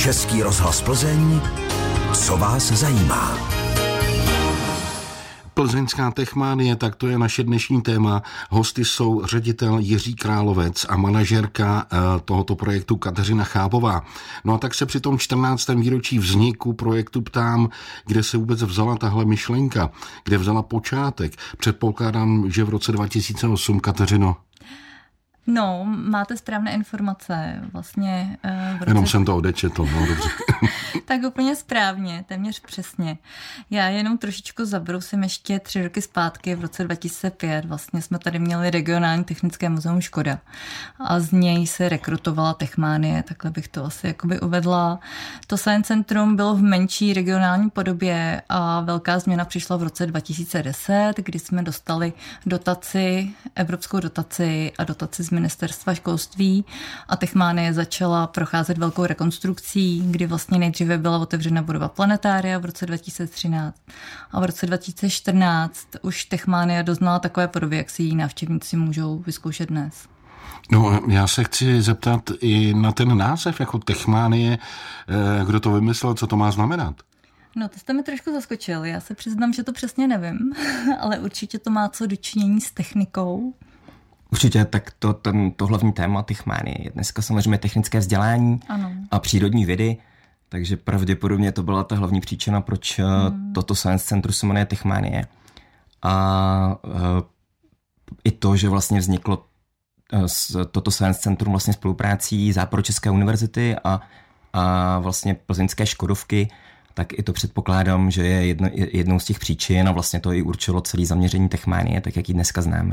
Český rozhlas Plzeň, co vás zajímá. Plzeňská techmánie, tak to je naše dnešní téma. Hosty jsou ředitel Jiří Královec a manažerka tohoto projektu Kateřina Chábová. No a tak se při tom 14. výročí vzniku projektu ptám, kde se vůbec vzala tahle myšlenka, kde vzala počátek. Předpokládám, že v roce 2008, Kateřino. No, máte správné informace. Vlastně Jenom jsem to odečetl, no dobře. Tak úplně správně, téměř přesně. Já jenom trošičku zabrousím ještě 3 roky zpátky, v roce 2005. Vlastně jsme tady měli regionální technické muzeum Škoda a z něj se rekrutovala techmánie, takhle bych to asi jakoby uvedla. To Science Centrum bylo v menší regionální podobě a velká změna přišla v roce 2010, kdy jsme dostali dotaci, evropskou dotaci a dotaci z ministerstva školství a techmánie začala procházet velkou rekonstrukcí, kdy vlastně nejdříve byla otevřena budova planetária v roce 2013 a v roce 2014 už techmánie doznala takové podoby, jak si ji návštěvníci můžou vyzkoušet dnes. No, já se chci zeptat i na ten název jako techmánie, kdo to vymyslel, co to má znamenat? No, to jste mi trošku zaskočil. Já se přiznám, že to přesně nevím, ale určitě to má co dočinění s technikou. Určitě, tak to hlavní téma techmánie je dneska samozřejmě technické vzdělání a přírodní vědy, takže pravděpodobně to byla ta hlavní příčina, proč toto Science Centrum se jmenuje techmánie. A i to, že vlastně vzniklo toto Science Centrum vlastně spoluprácí Západočeské univerzity a vlastně plzeňské Škodovky, tak i to předpokládám, že je jednou z těch příčin a vlastně to i určilo celé zaměření techmánie, tak jak ji dneska známe.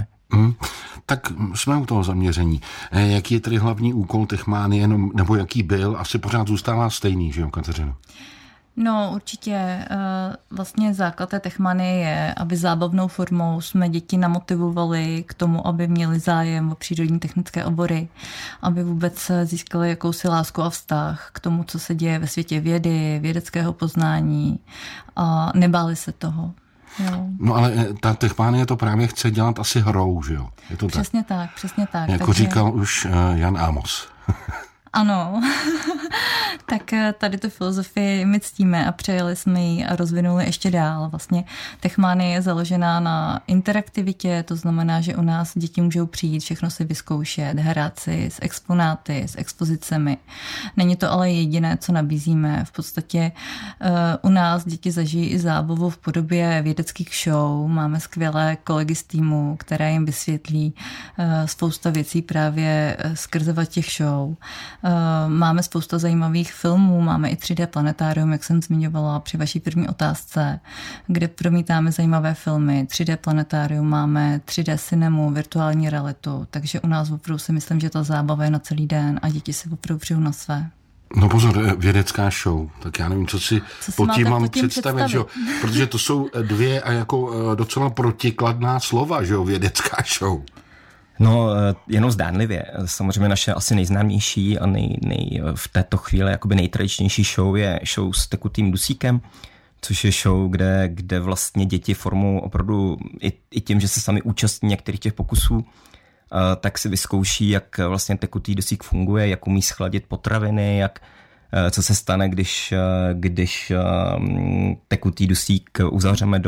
Tak jsme u toho zaměření. Jaký je tedy hlavní úkol techmánie, nebo jaký byl, asi pořád zůstává stejný, že jo, Kateřino? No určitě vlastně základ té techmánie je, aby zábavnou formou jsme děti namotivovali k tomu, aby měli zájem o přírodní technické obory, aby vůbec získali jakousi lásku a vztah k tomu, co se děje ve světě vědy, vědeckého poznání a nebáli se toho. Jo. No ale ta techmánie to právě chce dělat asi hrou, že jo? Je to přesně tak? Přesně tak. Jako takže říkal už Jan Amos. Ano, tak tady tu filozofii my ctíme a přejeli jsme ji a rozvinuli ještě dál. Vlastně techmánie je založená na interaktivitě, to znamená, že u nás děti můžou přijít, všechno si vyzkoušet, hrát si s exponáty, s expozicemi. Není to ale jediné, co nabízíme. V podstatě u nás děti zažijí i zábavu v podobě vědeckých show. Máme skvělé kolegy z týmu, které jim vysvětlí spousta věcí právě skrze těch show. Máme spousta zajímavých filmů, máme i 3D planetárium, jak jsem zmiňovala při vaší první otázce, kde promítáme zajímavé filmy. 3D planetárium, máme 3D cinemu, virtuální realitu, takže u nás opravdu si myslím, že ta zábava je na celý den a děti si opravdu přijou na své. No pozor, vědecká show, tak já nevím, co si pod tím mám představit, že jo? Protože to jsou dvě a jako docela protikladná slova, že jo, vědecká show. No, jenom zdánlivě. Samozřejmě naše asi nejznámější a v této chvíli jakoby nejtradičnější show je show s tekutým dusíkem, což je show, kde vlastně děti formou opravdu i tím, že se sami účastní některých těch pokusů, tak si vyzkouší, jak vlastně tekutý dusík funguje, jak umí schladit potraviny, co se stane, když tekutý dusík uzavřeme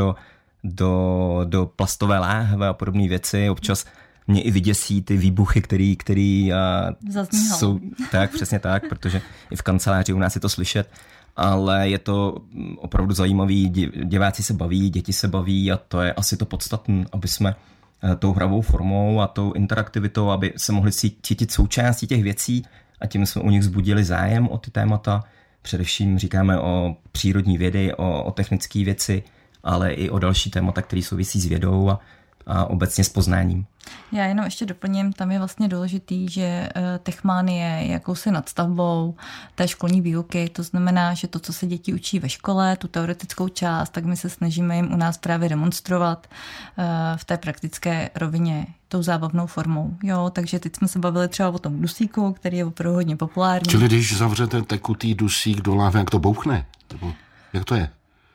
do plastové láhve a podobné věci. Občas mě i vyděsí ty výbuchy, který jsou tak, přesně tak, protože i v kanceláři u nás je to slyšet, ale je to opravdu zajímavý, diváci se baví, děti se baví a to je asi to podstatné, aby jsme tou hravou formou a tou interaktivitou, aby se mohli cítit součástí těch věcí a tím jsme u nich vzbudili zájem o ty témata. Především říkáme o přírodní vědy, o technické věci, ale i o další témata, které souvisí s vědou a obecně s poznáním. Já jenom ještě doplním, tam je vlastně důležitý, že techmánie je jakousi nadstavbou té školní výuky, to znamená, že to, co se děti učí ve škole, tu teoretickou část, tak my se snažíme jim u nás právě demonstrovat v té praktické rovině tou zábavnou formou. Jo, takže teď jsme se bavili třeba o tom dusíku, který je opravdu hodně populární. Čili když zavřete tekutý dusík do lávy, jak to bouchne? Jak to je?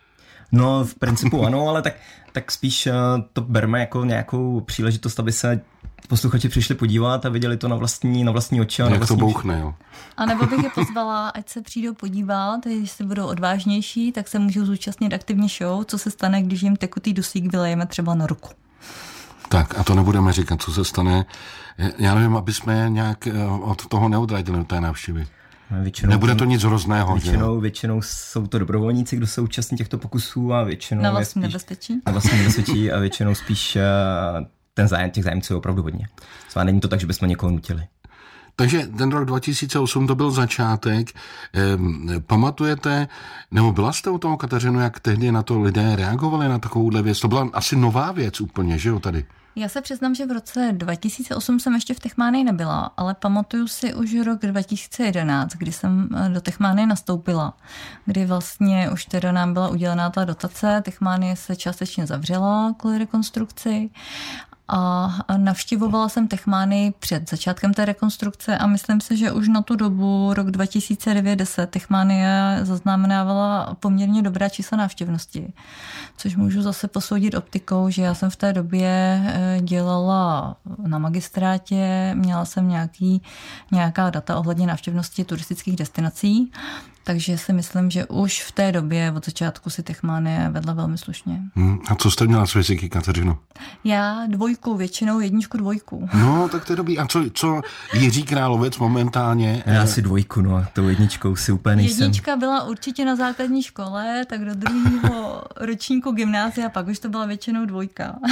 No, v principu ano, ale tak spíš to berme jako nějakou příležitost, aby se posluchači přišli podívat a viděli to na vlastní oči. A jak to bouchne, jo. A nebo bych je pozvala, ať se přijdou podívat, jestli budou odvážnější, tak se můžou zúčastnit aktivně show, co se stane, když jim tekutý dusík vylejeme třeba na ruku. Tak a to nebudeme říkat, co se stane. Já nevím, aby jsme nějak od toho neodradili té návštěvy. Nebude to nic hrozného. Většinou jsou to dobrovolníci, kdo jsou účastní těchto pokusů a většinou na vlastní nebezpečí. Na vlastní nebezpečí a většinou spíš těch zájemců je opravdu hodně. Není to tak, že bychom někoho nutili. Takže ten rok 2008 to byl začátek. Pamatujete, nebo byla jste u toho, Kateřino, jak tehdy na to lidé reagovali na takovouhle věc? To byla asi nová věc úplně, že jo, tady? Já se přiznám, že v roce 2008 jsem ještě v Techmánii nebyla, ale pamatuju si už rok 2011, kdy jsem do Techmánie nastoupila, kdy vlastně už teda nám byla udělená ta dotace, Techmánie se částečně zavřela kvůli rekonstrukci a navštěvovala jsem Techmánii před začátkem té rekonstrukce a myslím si, že už na tu dobu, rok 2009-10, Techmánie zaznamenávala poměrně dobrá čísla návštěvnosti, což můžu zase posoudit optikou, že já jsem v té době dělala na magistrátě, měla jsem nějaká data ohledně návštěvnosti turistických destinací, takže si myslím, že už v té době od začátku si Techmánie vedla velmi slušně. A co jste měla z fyziky, Kateřino? Já 2, většinou 1, 2. No, tak to je dobrý. A co Jiří Královec momentálně? Já asi 2, no, tou 1 si úplně nejsem. 1 byla určitě na základní škole, tak do 2. ročníku gymnázia, pak už to byla většinou 2.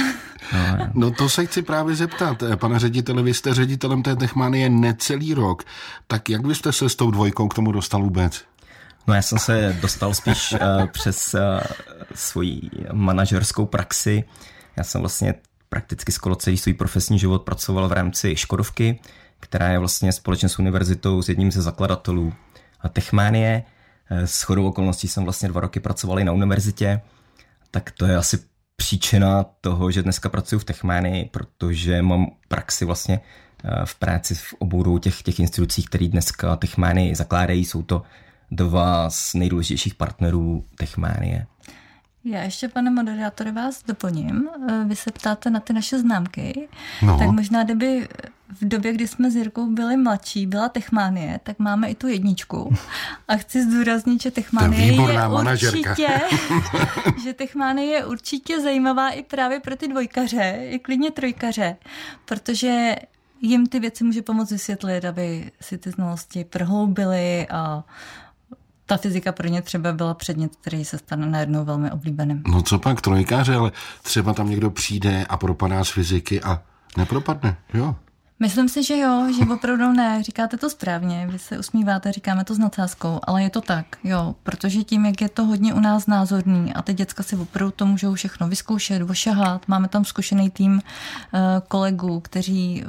No to se chci právě zeptat, pane řediteli, vy jste ředitelem té Techmánie necelý rok, tak jak byste se s tou 2 k tomu dostal vůbec? No já jsem se dostal spíš přes svoji manažerskou praxi. Já jsem vlastně prakticky skoro celý svůj profesní život pracoval v rámci Škodovky, která je vlastně společně s univerzitou s jedním ze zakladatelů Techmánie. Shodou okolností jsem vlastně 2 roky pracoval i na univerzitě, tak to je asi příčina toho, že dneska pracuji v Techmánii, protože mám praxi vlastně v práci v oboru těch institucí, které dneska Techmánii zakládají. Jsou to 2 z nejdůležitějších partnerů Techmánie. Já ještě, pane moderátore, vás doplním. Vy se ptáte na ty naše známky. No. Tak možná, kdyby v době, kdy jsme s Jirkou byli mladší, byla Techmánie, tak máme i tu 1. A chci zdůraznit, že Techmánie je určitě, že Techmánie je určitě zajímavá i právě pro ty 2, i klidně 3, protože jim ty věci může pomoct vysvětlit, aby si ty znalosti prohloubili a ta fyzika pro ně třeba byla předmět, který se stane najednou velmi oblíbeným. No co pak, 3, ale třeba tam někdo přijde a propadá z fyziky a nepropadne, jo? Myslím si, že jo, že opravdu ne, říkáte to správně, vy se usmíváte, říkáme to s nadsázkou, ale je to tak, jo, protože tím, jak je to hodně u nás názorný a ty děcka si opravdu to můžou všechno vyzkoušet, ošahat, máme tam zkušený tým kolegů, kteří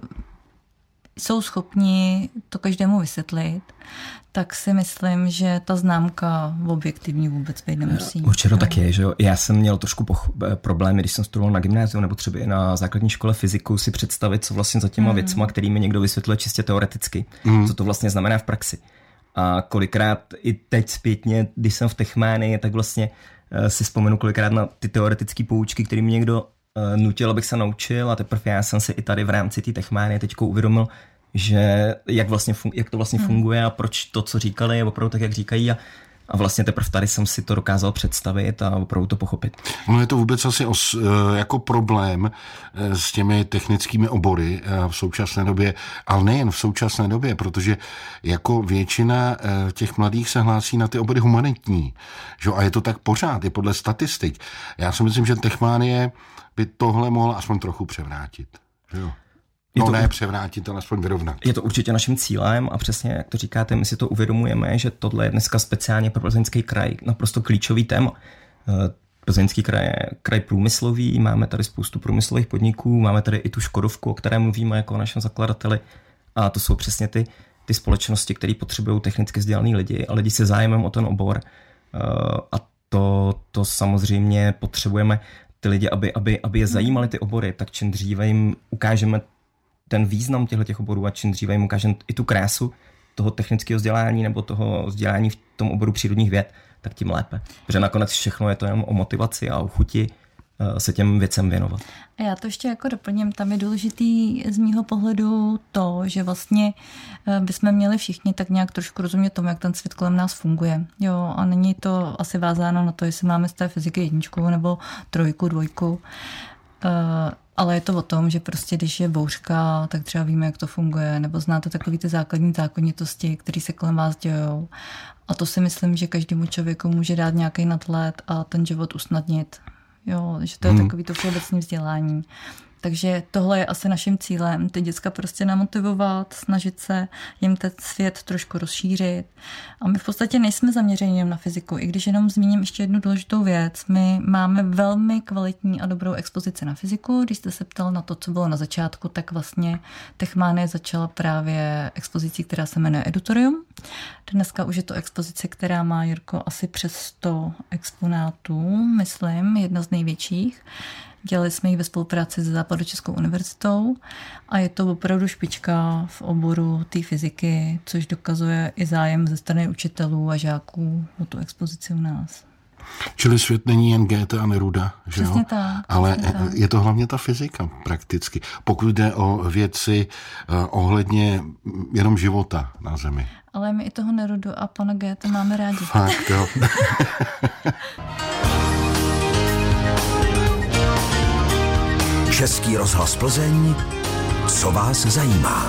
jsou schopni to každému vysvětlit, tak si myslím, že ta známka objektivní vůbec být nemusí. Určitě to tak je, že jo. Já jsem měl trošku problémy, když jsem studoval na gymnáziu nebo třeba i na základní škole fyziku, si představit, co vlastně za těma věcma, kterými někdo vysvětluje čistě teoreticky, co to vlastně znamená v praxi. A kolikrát i teď zpětně, když jsem v Techmánii, tak vlastně si vzpomenu kolikrát na ty teoretické poučky, které mi někdo nutil, abych se naučil, a teprve já jsem si i tady v rámci té Techmánie teďko uvědomil, že jak to vlastně funguje a proč to, co říkali, je opravdu tak, jak říkají, a vlastně teprve tady jsem si to dokázal představit a opravdu to pochopit. No je to vůbec asi jako problém s těmi technickými obory v současné době, ale nejen v současné době, protože jako většina těch mladých se hlásí na ty obory humanitní. Že? A je to tak pořád, i podle statistik. Já si myslím, že Techmánie by tohle mohla aspoň trochu převrátit. Že jo? No ne převrátit, ale aspoň vyrovnat. Je to určitě naším cílem a přesně, jak to říkáte, my si to uvědomujeme, že tohle je dneska speciálně pro Plzeňský kraj naprosto klíčový téma. Plzeňský kraj je kraj průmyslový, máme tady spoustu průmyslových podniků, máme tady i tu Škodovku, o které mluvíme jako o našem zakladateli, a to jsou přesně ty společnosti, které potřebují technicky vzdělaný lidi a lidi se zájmem o ten obor. A to samozřejmě potřebujeme ty lidi, aby je zajímaly ty obory, tak čím dříve jim ukážeme ten význam těchto oborů a čím dříve jim ukážeme i tu krásu toho technického vzdělání nebo toho vzdělání v tom oboru přírodních věd, tak tím lépe. Protože nakonec všechno je to jenom o motivaci a o chuti se těm věcem věnovat. A já to ještě jako doplním, tam je důležitý z mýho pohledu to, že vlastně bychom měli všichni tak nějak trošku rozumět tomu, jak ten svět kolem nás funguje. Jo, a není to asi vázáno na to, jestli máme z té fyziky 1 nebo 3, 2. Ale je to o tom, že prostě když je bouřka, tak třeba víme, jak to funguje, nebo znáte takový ty základní zákonitosti, které se kolem vás dějou. A to si myslím, že každému člověku může dát nějaký nadhled a ten život usnadnit. Jo, že to je takový to všeobecné vzdělání. Takže tohle je asi naším cílem, ty děcka prostě namotivovat, snažit se jim ten svět trošku rozšířit. A my v podstatě nejsme zaměřeni jen na fyziku, i když jenom zmíním ještě jednu důležitou věc. My máme velmi kvalitní a dobrou expozici na fyziku. Když jste se ptal na to, co bylo na začátku, tak vlastně Techmanie začala právě expozicí, která se jmenuje Edutorium. Dneska už je to expozice, která má, Jirko, asi přes 100 exponátů, myslím, jedna z největších. Dělali jsme ji ve spolupráci se Západočeskou univerzitou a je to opravdu špička v oboru té fyziky, což dokazuje i zájem ze strany učitelů a žáků o tu expozici u nás. Čili svět není jen Goethe a Neruda, že přesně jo? Tak, ale tak. Je to hlavně ta fyzika prakticky. Pokud jde o věci ohledně jenom života na Zemi. Ale my i toho Nerudu a pana Goethe máme rádi. Fakt, jo. Český rozhlas Plzeň, co vás zajímá.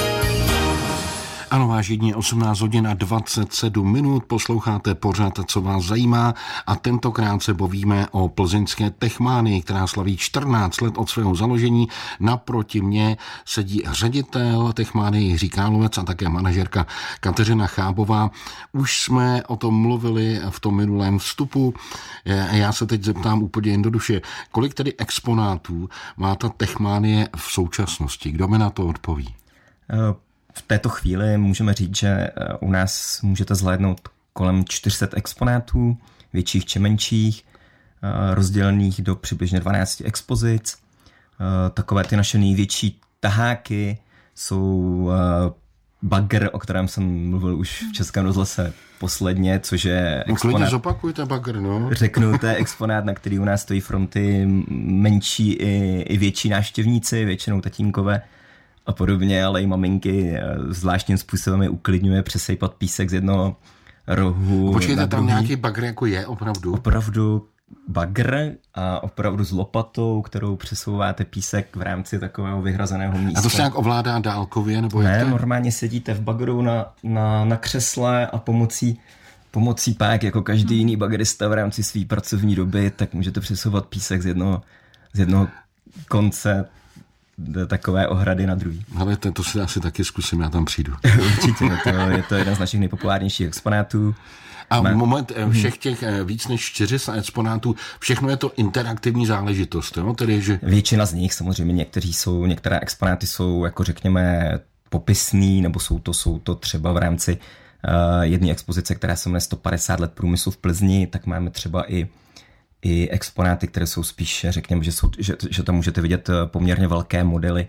Ano, vážení, 18 hodin a 27 minut, posloucháte pořad, co vás zajímá, a tentokrát se bavíme o plzeňské Techmanii, která slaví 14 let od svého založení. Naproti mně sedí ředitel Techmanie Jiří Královec a také manažerka Kateřina Chábová. Už jsme o tom mluvili v tom minulém vstupu. Já se teď zeptám úplně jednoduše, kolik tedy exponátů má ta Techmanie v současnosti? Kdo mi na to odpoví? V této chvíli můžeme říct, že u nás můžete zhlédnout kolem 400 exponátů, větších či menších, rozdělených do přibližně 12 expozic. Takové ty naše největší taháky jsou bagr, o kterém jsem mluvil už v Českém rozhlase posledně, což je exponát. Klidně zopakujte bagr, no. Řeknu, to je exponát, na který u nás stojí fronty menší i větší návštěvníci, většinou tatínkové a podobně, ale i maminky zvláštním způsobem je uklidňuje přesejpat písek z jednoho rohu. Počkejte, tam nějaký bagr jako je opravdu? Opravdu bagr a opravdu s lopatou, kterou přesouváte písek v rámci takového vyhrazeného místa. A to se nějak ovládá dálkově? Nebo ne, jak to? Normálně sedíte v bagru na křesle a pomocí pák, jako každý jiný bagerista v rámci své pracovní doby, tak můžete přesouvat písek z jednoho konce takové ohrady na druhý. Ale to si asi taky zkusím, já tam přijdu. Určitě, je to jeden z našich nejpopulárnějších exponátů. A moment všech těch víc než 400 exponátů, všechno je to interaktivní záležitost, jo? Tedy, že... Většina z nich, samozřejmě některé exponáty jsou, jako řekněme, popisný, nebo jsou to třeba v rámci jedné expozice, která se jmenuje 150 let průmyslu v Plzni, tak máme třeba i exponáty, které jsou spíše, řekněme, že tam můžete vidět poměrně velké modely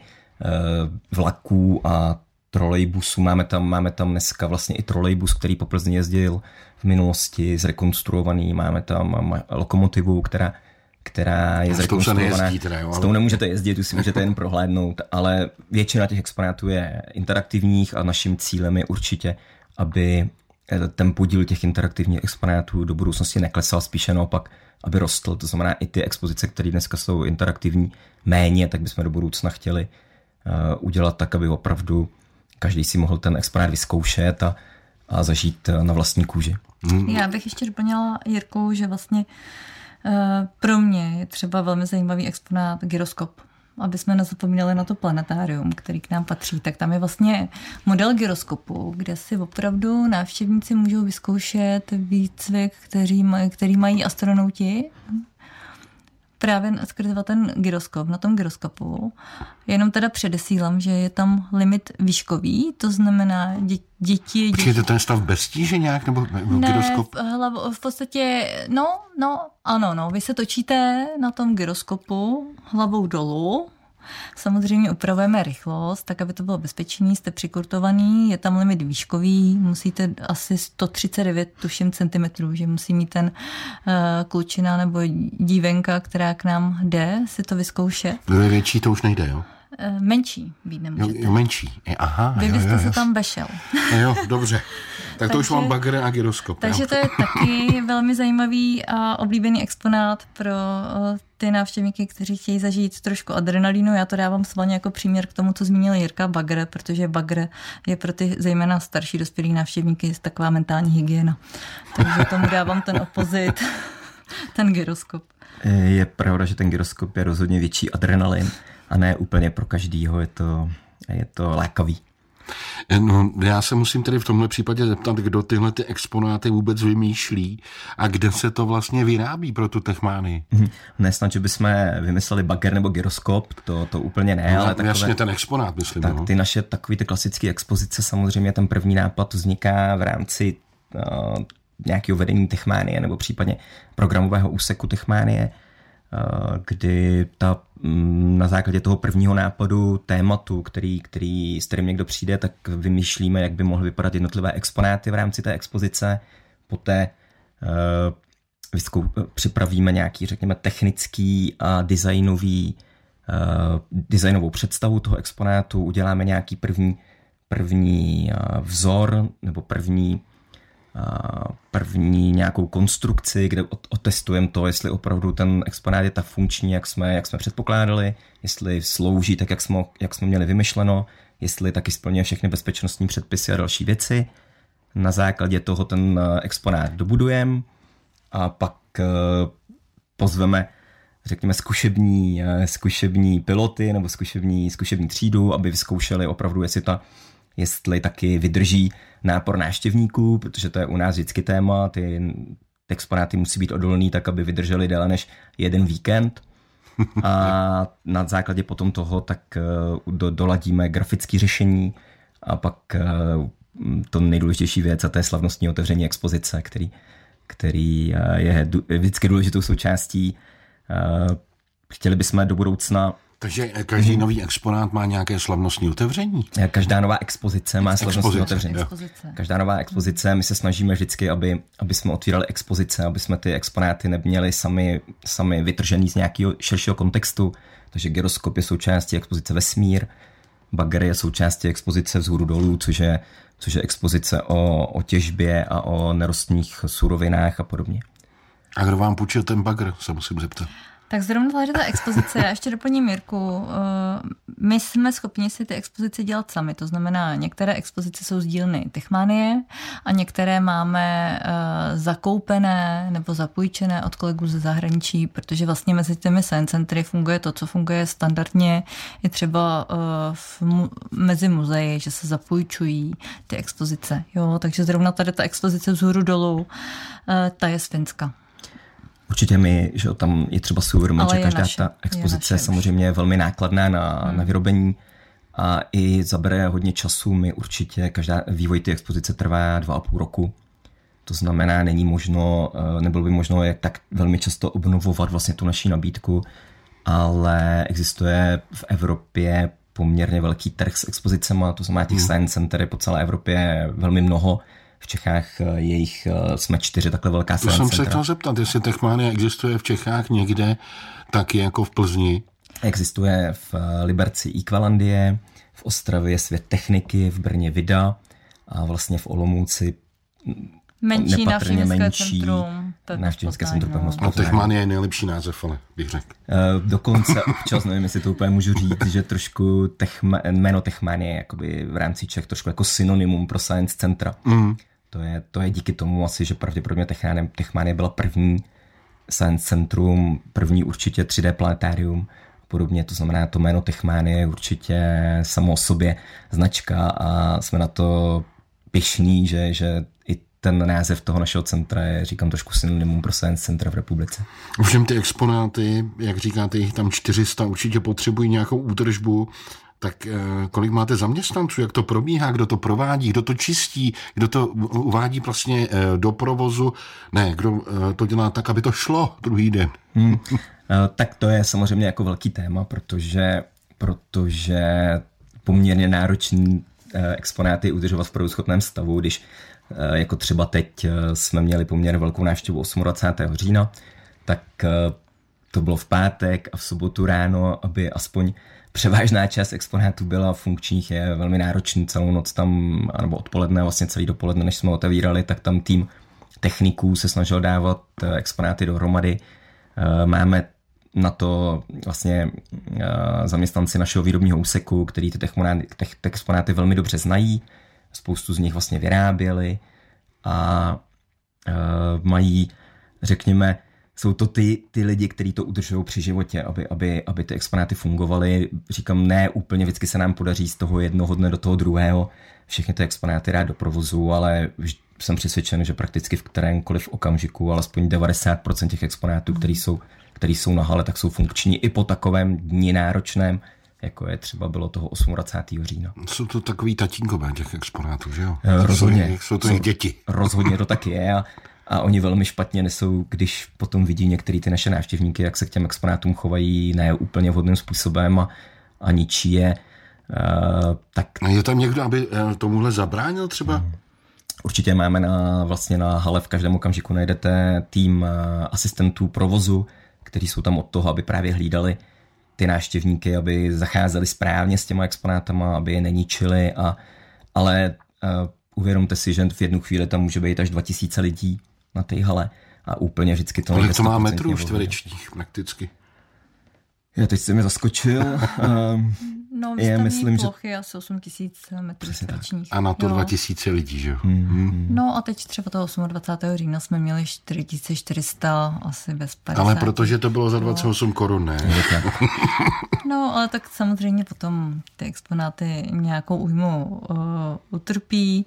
vlaků a trolejbusů. Máme tam dneska vlastně i trolejbus, který po Plzni jezdil v minulosti, zrekonstruovaný. Máme tam lokomotivu, která je zrekonstruovaná. S tou nemůžete jezdit, tu si můžete jen prohlédnout, ale většina těch exponátů je interaktivních a naším cílem je určitě, aby ten podíl těch interaktivních exponátů do budoucnosti neklesal, spíše naopak, aby rostl. To znamená i ty expozice, které dneska jsou interaktivní méně, tak bychom do budoucna chtěli udělat tak, aby opravdu každý si mohl ten exponát vyzkoušet a zažít na vlastní kůži. Já bych ještě doplnila, Jirku, že vlastně pro mě je třeba velmi zajímavý exponát gyroskop. Aby jsme nezapomněli na to planetárium, který k nám patří, tak tam je vlastně model gyroskopu, kde si opravdu návštěvníci můžou vyzkoušet výcvik, který mají astronauti. Právě skrze ten gyroskop, na tom gyroskopu. Jenom teda předesílám, že je tam limit výškový, to znamená děti... Počkejte, to je stav bez tíže nějak, nebo gyroskop? Ne, v podstatě, ano, vy se točíte na tom gyroskopu hlavou dolů Samozřejmě upravujeme rychlost, tak aby to bylo bezpečný, jste přikurtovaný, je tam limit výškový, musíte asi 139 tuším centimetrů, že musí mít ten klučina nebo dívenka, která k nám jde, si to vyzkoušet. Kdo je větší, to už nejde, jo? Menší být nemůžete. Jo, menší. Aha. Vy byste se tam vešel. Jo, dobře. Tak to už mám bagr a gyroskop. Takže to je taky velmi zajímavý a oblíbený exponát pro ty návštěvníky, kteří chtějí zažít trošku adrenalínu. Já to dávám schválně jako příměr k tomu, co zmínil Jirka, bagr, protože bagr je pro ty zejména starší dospělí návštěvníky taková mentální hygiena. Takže tomu dávám ten opozit, ten gyroskop. Je pravda, že ten gyroskop je rozhodně větší adrenalin a ne úplně pro každýho, je to lákavý. No, já se musím tedy v tomhle případě zeptat, kdo tyhle ty exponáty vůbec vymýšlí a kde se to vlastně vyrábí pro tu techmánii. Ne snad, že bychom vymysleli bagger nebo gyroskop, to úplně ne, no, ale takové... Jasně ten exponát, myslím. Tak ty naše takový ty klasické expozice, samozřejmě ten první nápad vzniká v rámci nějakého vedení techmánie nebo případně programového úseku techmánie, kdy na základě toho prvního nápadu tématu, s kterým někdo přijde, tak vymýšlíme, jak by mohly vypadat jednotlivé exponáty v rámci té expozice. Poté připravíme nějaký, řekněme, technický a designovou představu toho exponátu, uděláme nějaký první vzor nebo první nějakou konstrukci, kde otestujeme to, jestli opravdu ten exponát je tak funkční, jak jsme předpokládali, jestli slouží tak, jak jsme měli vymyšleno, jestli taky splňuje všechny bezpečnostní předpisy a další věci. Na základě toho ten exponát dobudujeme a pak pozveme, řekněme, zkušební piloty nebo zkušební třídu, aby vyzkoušeli opravdu, jestli taky vydrží nápor návštěvníků, protože to je u nás vždycky téma, ty exponáty musí být odolný tak, aby vydrželi déle než jeden víkend. A na základě potom toho tak doladíme grafické řešení a pak to nejdůležitější věc, a to je slavnostní otevření expozice, který je vždycky důležitou součástí. Chtěli bychom do budoucna. Takže každý nový exponát má nějaké slavnostní otevření? Každá nová expozice má slavnostní otevření. Každá nová expozice, my se snažíme vždycky, aby jsme otvírali expozice, aby jsme ty exponáty neměli sami vytržený z nějakého širšího kontextu. Takže gyroskop je součástí expozice Vesmír, bagger je součástí expozice Vzhůru dolů, což je expozice o těžbě a o nerostných surovinách a podobně. A kdo vám půjčil ten bagger, se musím zeptat? Tak zrovna tady ta expozice, já ještě doplním Jirku, my jsme schopni si ty expozice dělat sami, to znamená, některé expozice jsou z dílny Techmanie a některé máme zakoupené nebo zapůjčené od kolegů ze zahraničí, protože vlastně mezi těmi science centry funguje to, co funguje standardně, i třeba mezi muzeji, že se zapůjčují ty expozice. Jo, takže zrovna tady ta expozice Vzhůru dolů, ta je z Finska. Určitě že tam je třeba si uvědomit, že každá ta expozice je samozřejmě velmi nákladná na vyrobení a i zabere hodně času. Vývoj té expozice trvá 2,5 roku. To znamená, nebylo by možno jak tak velmi často obnovovat vlastně tu naší nabídku, ale existuje v Evropě poměrně velký trh s expozicema, to znamená těch science center po celé Evropě velmi mnoho. V Čechách jsme 4 takhle velká science centra. To jsem se chtěl zeptat, jestli Techmania existuje v Čechách někde taky jako v Plzni. Existuje v Liberci Equalandie, v Ostravě Svět techniky, v Brně Vida a vlastně v Olomouci nepatrně menší návštěvnické centrum pevnost. No Techmania je nejlepší název, ale bych řekl. Dokonce občas, nevím, jestli to úplně můžu říct, že trošku jméno Techmania je jakoby v rámci Čech trošku jako synonymum pro science centra. To je díky tomu asi, že pravděpodobně Techmania byla první science centrum, první určitě 3D planetárium podobně, to znamená, to jméno Techmania je určitě samo o sobě značka a jsme na to pyšní, že i ten název toho našeho centra je, říkám, trošku synonymum pro science centra v republice. Ovšem ty exponáty, jak říkáte, jich tam 400, určitě potřebují nějakou údržbu. Tak kolik máte zaměstnanců, jak to probíhá, kdo to provádí, kdo to čistí, kdo to uvádí vlastně do provozu, kdo to dělá tak, aby to šlo druhý den? Tak to je samozřejmě jako velký téma, protože protože poměrně náročný exponáty udržovat v provozuschopném stavu, když jako třeba teď jsme měli poměrně velkou návštěvu 28. října, tak to bylo v pátek a v sobotu ráno, aby aspoň převážná část exponátů byla funkčních, je velmi náročný celou noc tam, nebo odpoledne, vlastně celý dopoledne, než jsme otevírali, tak tam tým techniků se snažil dávat exponáty dohromady. Máme na to vlastně zaměstnanci našeho výrobního úseku, který ty exponáty velmi dobře znají, spoustu z nich vlastně vyráběli a mají, řekněme, jsou to ty lidi, kteří to udržují při životě, aby ty exponáty fungovaly. Říkám, ne úplně vždycky se nám podaří z toho jednoho dne do toho druhého všechny ty exponáty dát do provozu, ale jsem přesvědčen, že prakticky v kterémkoliv okamžiku alespoň 90% těch exponátů, který jsou na hale, tak jsou funkční i po takovém dni náročném, jako je třeba bylo toho 28. října. Jsou to takový tatínkové těch exponátů, že jo? Rozhodně. Jsou to jejich děti. Rozhodně to tak je a oni velmi špatně nesou, když potom vidí některý ty naše návštěvníky, jak se k těm exponátům chovají ne úplně vhodným způsobem a ničí je. Tak... Je tam někdo, aby tomuhle zabránil třeba? Určitě máme na hale v každém okamžiku najdete tým asistentů provozu, kteří jsou tam od toho, aby právě hlídali ty návštěvníky, aby zacházeli správně s těma exponátama, aby je neničili, ale uvědomte si, že v jednu chvíli tam může být až 2000 lidí na té hale a úplně vždycky to... Kolik to má metrů čtverečních prakticky? Já teď jsi mi zaskočil. No, výstavní plochy asi 8000 metrů čtverečních. A na to 2000 lidí, že jo? No a teď třeba toho 28. října jsme měli 4400 asi bez 50. Ale protože to bylo za 28 korun, ne? No, ale tak samozřejmě potom ty exponáty nějakou újmu utrpí,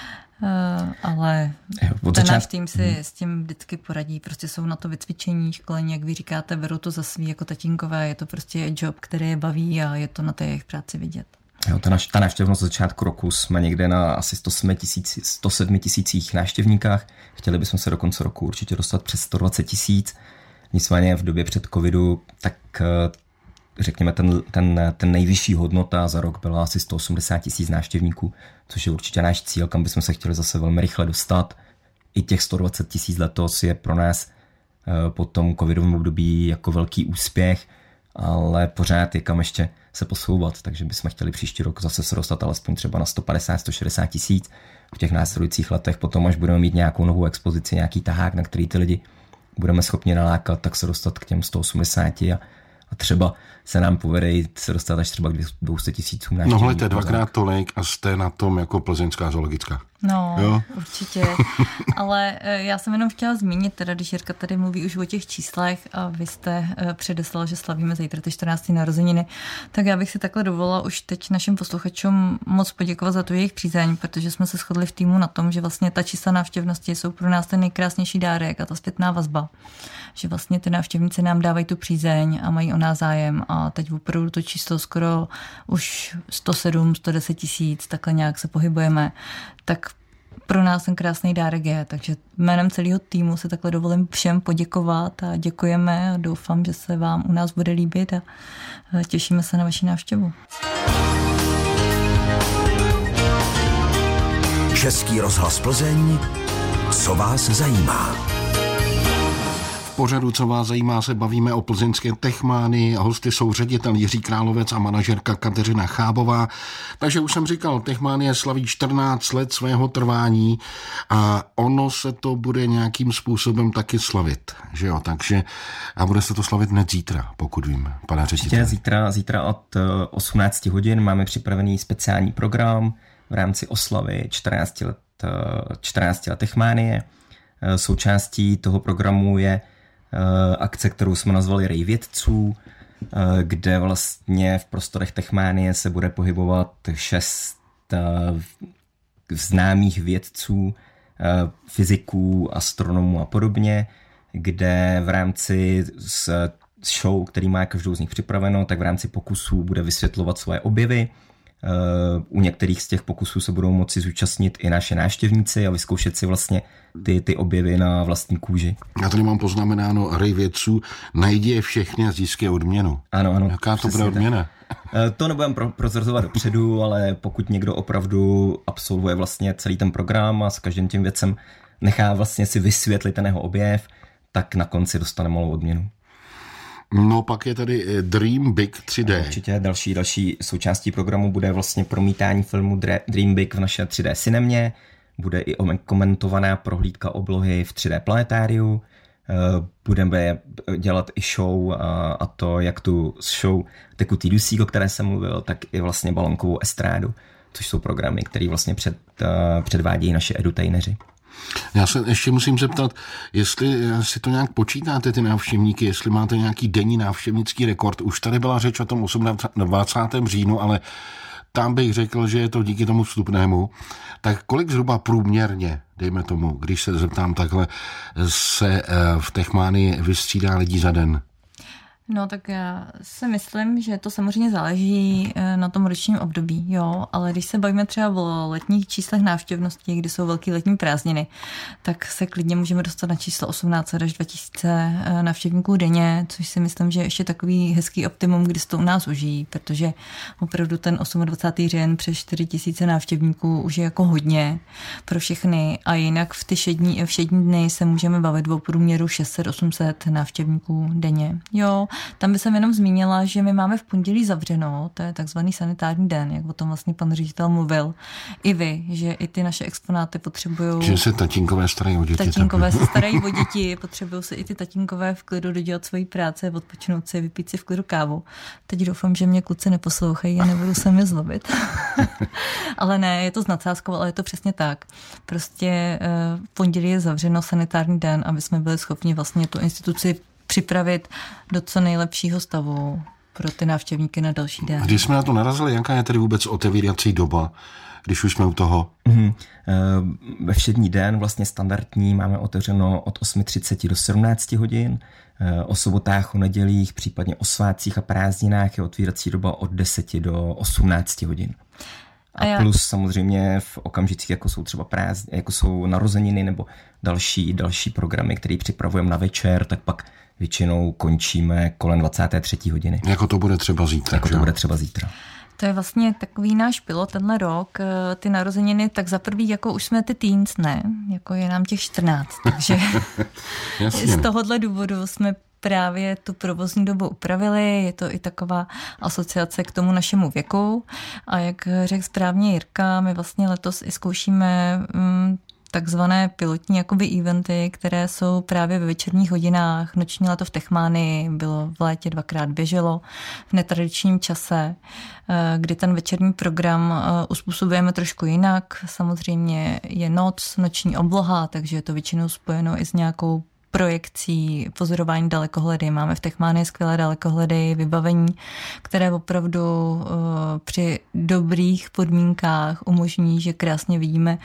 ale ten náš tým si s tím vždycky poradí, prostě jsou na to vycvičení, školení, jak vy říkáte, berou to za svý jako tatínkové, je to prostě job, který je baví a je to na té jejich práci vidět. Jo, ta návštěvnost od začátku roku jsme někde na asi 107 tisících návštěvníkách. Chtěli bychom se do konce roku určitě dostat přes 120 000. Nicméně v době před covidu, tak řekněme, ten nejvyšší hodnota za rok byla asi 180 000 návštěvníků, což je určitě náš cíl, kam bychom se chtěli zase velmi rychle dostat. I těch 120 000 letos je pro nás po tom covidovém období jako velký úspěch, ale pořád je kam ještě se posouvat, takže bychom chtěli příští rok zase se dostat alespoň třeba na 150-160 000. V těch následujících letech potom, až budeme mít nějakou novou expozici, nějaký tahák, na který ty lidi budeme schopni nalákat, tak se dostat k těm 180 a třeba se nám povede se dostat až třeba k 200 000 návštěvníků. No hledajte, dvakrát tolik a jste na tom jako plzeňská zoologická. No, jo? Určitě. Ale já jsem jenom chtěla zmínit, teda, když Jirka tady mluví už o těch číslech a vy jste předeslal, že slavíme zítra ty 14. narozeniny, tak já bych si takhle dovolila už teď našim posluchačům moc poděkovat za tu jejich přízeň, protože jsme se shodli v týmu na tom, že vlastně ta čísla návštěvnosti jsou pro nás ten nejkrásnější dárek a ta zpětná vazba. Že vlastně ty návštěvníci nám dávají tu přízeň a mají o nás zájem a teď opravdu to číslo skoro už 110 000, takhle nějak se pohybujeme, tak pro nás ten krásný dárek je, takže jménem celého týmu se takhle dovolím všem poděkovat a děkujeme a doufám, že se vám u nás bude líbit a těšíme se na vaši návštěvu. Český rozhlas Plzeň, co vás zajímá? Pořadu, co vás zajímá, se bavíme o plzeňské techmánii. Hosty jsou ředitel Jiří Královec a manažerka Kateřina Chábová. Takže už jsem říkal, techmánie slaví 14 let svého trvání a ono se to bude nějakým způsobem taky slavit, že jo? Takže a bude se to slavit hned zítra, pokud vím, pane ředitel. Zítra od 18 hodin máme připravený speciální program v rámci oslavy 14 let techmánie. Součástí toho programu je akce, kterou jsme nazvali Rej vědců, kde vlastně v prostorech techmánie se bude pohybovat 6 známých vědců, fyziků, astronomů a podobně, kde v rámci show, který má každou z nich připraveno, tak v rámci pokusů bude vysvětlovat svoje objevy. U některých z těch pokusů se budou moci zúčastnit i naše návštěvníci a vyzkoušet si vlastně ty objevy na vlastní kůži. Já tady mám poznamenáno rej vědců, najdi je všechny a získej odměnu. Ano. Jaká to bude odměna? To nebudem prozrazovat dopředu, ale pokud někdo opravdu absolvuje vlastně celý ten program a s každým tím věcem nechá vlastně si vysvětlit ten jeho objev, tak na konci dostane malou odměnu. No pak je tady Dream Big 3D. Určitě další součástí programu bude vlastně promítání filmu Dream Big v naše 3D cinemě, bude i komentovaná prohlídka oblohy v 3D planetáriu, budeme dělat i show, a to jak tu show Tekutý dusík, o které jsem mluvil, tak i vlastně balonkovou estrádu, což jsou programy, které vlastně předvádějí naše edutaineři. Já se ještě musím zeptat, jestli si to nějak počítáte, ty návštěvníky, jestli máte nějaký denní návštěvnický rekord. Už tady byla řeč o tom 28. říjnu, ale tam bych řekl, že je to díky tomu vstupnému. Tak kolik zhruba průměrně, dejme tomu, když se zeptám takhle, se v Techmánii vystřídá lidí za den? No tak já si myslím, že to samozřejmě záleží na tom ročním období, jo, ale když se bavíme třeba o letních číslech návštěvnosti, kdy jsou velké letní prázdniny, tak se klidně můžeme dostat na číslo 18 až 2000 návštěvníků denně, což si myslím, že je ještě takový hezký optimum, kdy se to u nás užijí, protože opravdu ten 28. říjen přes 4000 návštěvníků už je jako hodně pro všechny a jinak v všední dny se můžeme bavit o průměru 600-800 návštěvníků denně, jo. Tam by jsem jenom zmínila, že my máme v pondělí zavřeno, to je takzvaný sanitární den, jak o tom vlastně pan ředitel mluvil. I vy, že i ty naše exponáty potřebují... Že se tatínkové starají o děti. Tatínkové se starají o děti, potřebují se i ty tatínkové v klidu dodělat svoji práce, odpočinout si, vypít si v klidu kávu. Teď doufám, že mě kluci neposlouchají a nebudu se mi zlobit. Ale ne, je to s nadsázkou, ale je to přesně tak. Prostě v pondělí je zavřeno sanitární den, aby jsme byli schopni vlastně tu instituci připravit do co nejlepšího stavu pro ty návštěvníky na další den. Když jsme na to narazili, jaká je tedy vůbec otevírací doba, když už jsme u toho? Ve všední den vlastně standardní máme otevřeno od 8:30 do 17 hodin. O sobotách, o nedělích, případně o svátcích a prázdninách je otvírací doba od 10 do 18 hodin. A plus samozřejmě v okamžicích, jako jsou třeba jako jsou narozeniny nebo další programy, které připravujeme na večer, tak pak většinou končíme kolem 23. hodiny. Jako to bude třeba zítra. To je vlastně takový náš pilot tenhle rok, ty narozeniny, tak za prvý, jako už jsme ty teens, ne? Jako je nám těch 14, takže z tohohle důvodu jsme právě tu provozní dobu upravili, je to i taková asociace k tomu našemu věku a jak řekl správně Jirka, my vlastně letos i zkoušíme takzvané pilotní jakoby eventy, které jsou právě ve večerních hodinách. Noční léto v Techmánii bylo v létě 2krát běželo v netradičním čase, kdy ten večerní program uspůsobujeme trošku jinak. Samozřejmě je noční obloha, takže je to většinou spojeno i s nějakou projekcí pozorování dalekohledy. Máme v Techmánii skvělé dalekohledy, vybavení, které opravdu při dobrých podmínkách umožní, že krásně vidíme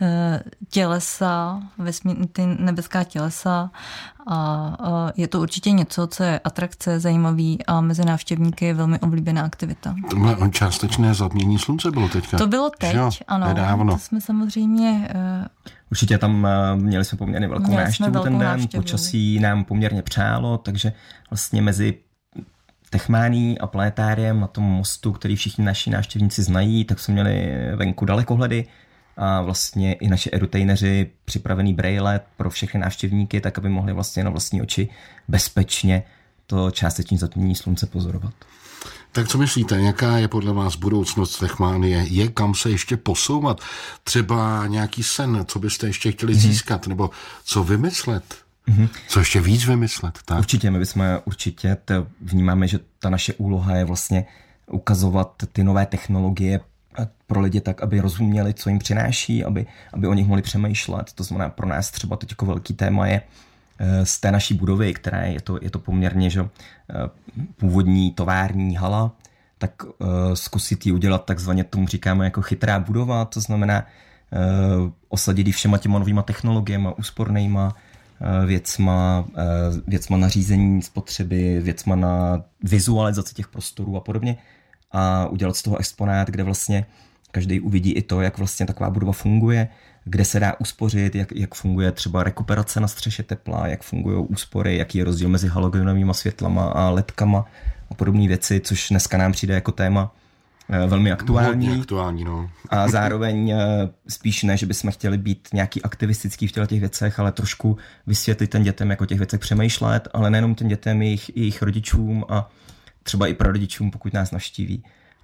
tělesa, ty nebeská tělesa a je to určitě něco, co je atrakce, zajímavý a mezi návštěvníky je velmi oblíbená aktivita. To částečné zatmění slunce bylo teďka. To bylo teď, jo, ano. Nedávno. To jsme samozřejmě... Určitě tam měli jsme poměrně velkou návštěvu ten den, počasí nám poměrně přálo, takže vlastně mezi Techmánií a planetáriem na tom mostu, který všichni naši návštěvníci znají, tak jsme měli venku dalekohledy a vlastně i naši edutaineři připravený braille pro všechny návštěvníky, tak aby mohli vlastně na vlastní oči bezpečně to částečné zatmění slunce pozorovat. Tak co myslíte, jaká je podle vás budoucnost Techmánie? Je kam se ještě posouvat? Třeba nějaký sen, co byste ještě chtěli získat, nebo co vymyslet? Co ještě víc vymyslet? Tak? Určitě, my bychom vnímáme, že ta naše úloha je vlastně ukazovat ty nové technologie pro lidi tak, aby rozuměli, co jim přináší, aby o nich mohli přemýšlet. To znamená pro nás třeba teď jako velký téma je z té naší budovy, která je to poměrně že, původní tovární hala, tak zkusit ji udělat takzvaně, tomu říkáme jako chytrá budova, to znamená osadit ji všema těma novýma technologiemi, úspornýma věcma na řízení spotřeby, věcma na vizualizaci těch prostorů a podobně a udělat z toho exponát, kde vlastně každý uvidí i to, jak vlastně taková budova funguje, kde se dá uspořit, jak funguje třeba rekuperace na střeše tepla, jak fungují úspory, jaký je rozdíl mezi halogenovými světlama a ledkama a podobné věci, což dneska nám přijde jako téma velmi aktuální. Hodně aktuální, no. A zároveň spíš ne, že bychom chtěli být nějaký aktivistický v těch věcech, ale trošku vysvětlit těm dětem, jako o těch věcech přemýšlet, ale nejenom těm dětem, jejich rodičům a třeba i prarodičům, pokud nás navštíví.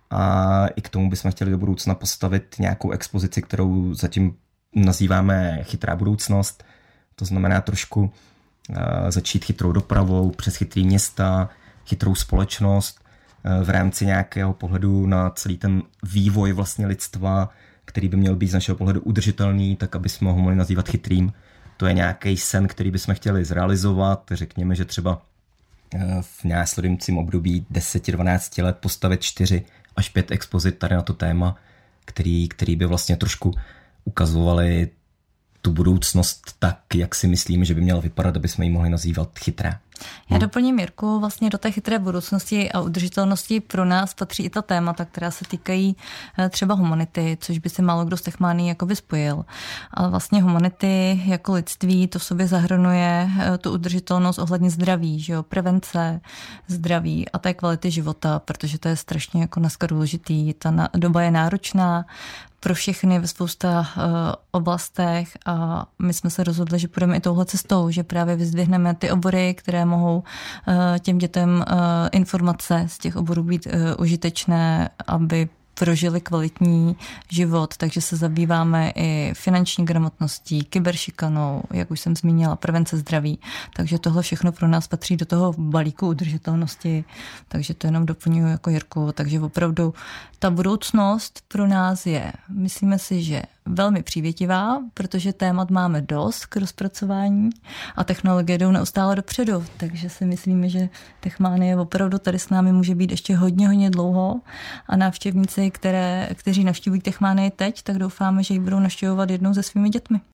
A i k tomu bychom chtěli do budoucna postavit nějakou expozici, kterou zatím nazýváme chytrá budoucnost. To znamená trošku začít chytrou dopravou, přes chytrý města, chytrou společnost v rámci nějakého pohledu na celý ten vývoj vlastně lidstva, který by měl být z našeho pohledu udržitelný, tak aby jsme ho mohli nazývat chytrým. To je nějaký sen, který bychom chtěli zrealizovat. Řekněme, že třeba v následujícím období 10-12 let postavit 4 až 5 expozit tady na to téma, který by vlastně trošku ukazovali tu budoucnost tak, jak si myslíme, že by měla vypadat, aby jsme ji mohli nazývat chytrá. Já doplním, Jirku, vlastně do té chytré budoucnosti a udržitelnosti pro nás patří i ta témata, která se týkají třeba humanity, což by se málo kdo z Techmanii jakoby spojil. Ale vlastně humanity jako lidství to v sobě zahrnuje tu udržitelnost ohledně zdraví, že jo? Prevence zdraví a té kvality života, protože to je strašně jako dneska důležitý. Ta doba je náročná pro všechny ve spousta oblastech a my jsme se rozhodli, že půjdeme i touhle cestou, že právě vyzdvihneme ty obory, které mohou těm dětem informace z těch oborů být užitečné, aby prožili kvalitní život, takže se zabýváme i finanční gramotností, kyberšikanou, jak už jsem zmínila, prevence zdraví. Takže tohle všechno pro nás patří do toho balíku udržitelnosti, takže to jenom doplňuji jako Jirku. Takže opravdu ta budoucnost pro nás je, myslíme si, že velmi přívětivá, protože témat máme dost k rozpracování a technologie jdou neustále dopředu, takže si myslíme, že Techmanie opravdu tady s námi může být ještě hodně dlouho a návštěvníci, kteří navštívují Techmanii teď, tak doufáme, že ji budou navštěvovat jednou se svými dětmi.